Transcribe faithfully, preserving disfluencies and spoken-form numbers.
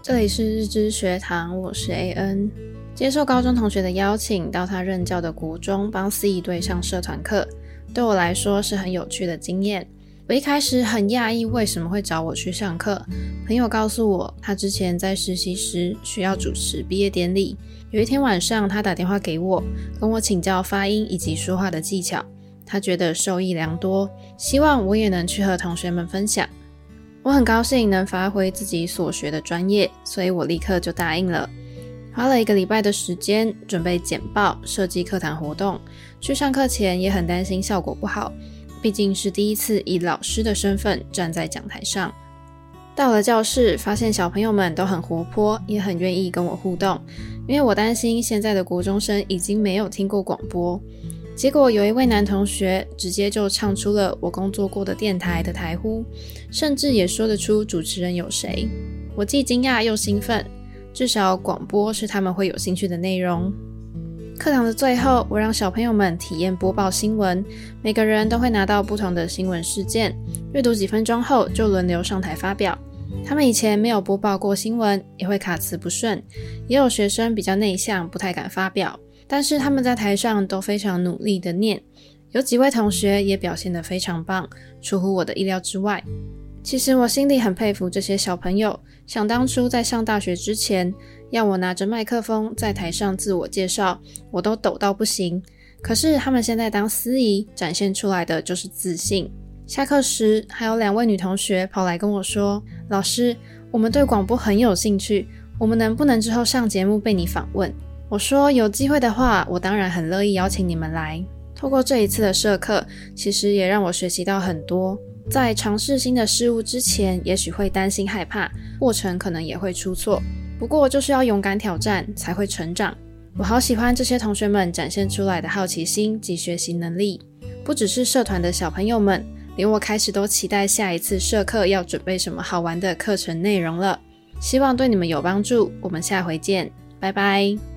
这里是日知学堂，我是 A N。 接受高中同学的邀请，到他任教的国中帮司仪队上社团课，对我来说是很有趣的经验。我一开始很讶异为什么会找我去上课，朋友告诉我，他之前在实习时需要主持毕业典礼，有一天晚上他打电话给我，跟我请教发音以及说话的技巧，他觉得受益良多，希望我也能去和同学们分享。我很高兴能发挥自己所学的专业，所以我立刻就答应了。花了一个礼拜的时间准备简报、设计课堂活动，去上课前也很担心效果不好，毕竟是第一次以老师的身份站在讲台上。到了教室，发现小朋友们都很活泼，也很愿意跟我互动，因为我担心现在的国中生已经没有听过广播。结果有一位男同学直接就唱出了我工作过的电台的台呼，甚至也说得出主持人有谁。我既惊讶又兴奋，至少广播是他们会有兴趣的内容。课堂的最后，我让小朋友们体验播报新闻，每个人都会拿到不同的新闻事件，阅读几分钟后就轮流上台发表。他们以前没有播报过新闻，也会卡词不顺，也有学生比较内向，不太敢发表，但是他们在台上都非常努力的念，有几位同学也表现得非常棒，出乎我的意料之外。其实我心里很佩服这些小朋友，想当初在上大学之前，要我拿着麦克风在台上自我介绍，我都抖到不行。可是他们现在当司仪，展现出来的就是自信。下课时，还有两位女同学跑来跟我说，老师，我们对广播很有兴趣，我们能不能之后上节目被你访问？我说有机会的话，我当然很乐意邀请你们来。透过这一次的社课，其实也让我学习到很多。在尝试新的事物之前，也许会担心害怕，过程可能也会出错，不过就是要勇敢挑战，才会成长。我好喜欢这些同学们展现出来的好奇心及学习能力，不只是社团的小朋友们，连我开始都期待下一次社课要准备什么好玩的课程内容了。希望对你们有帮助，我们下回见，拜拜。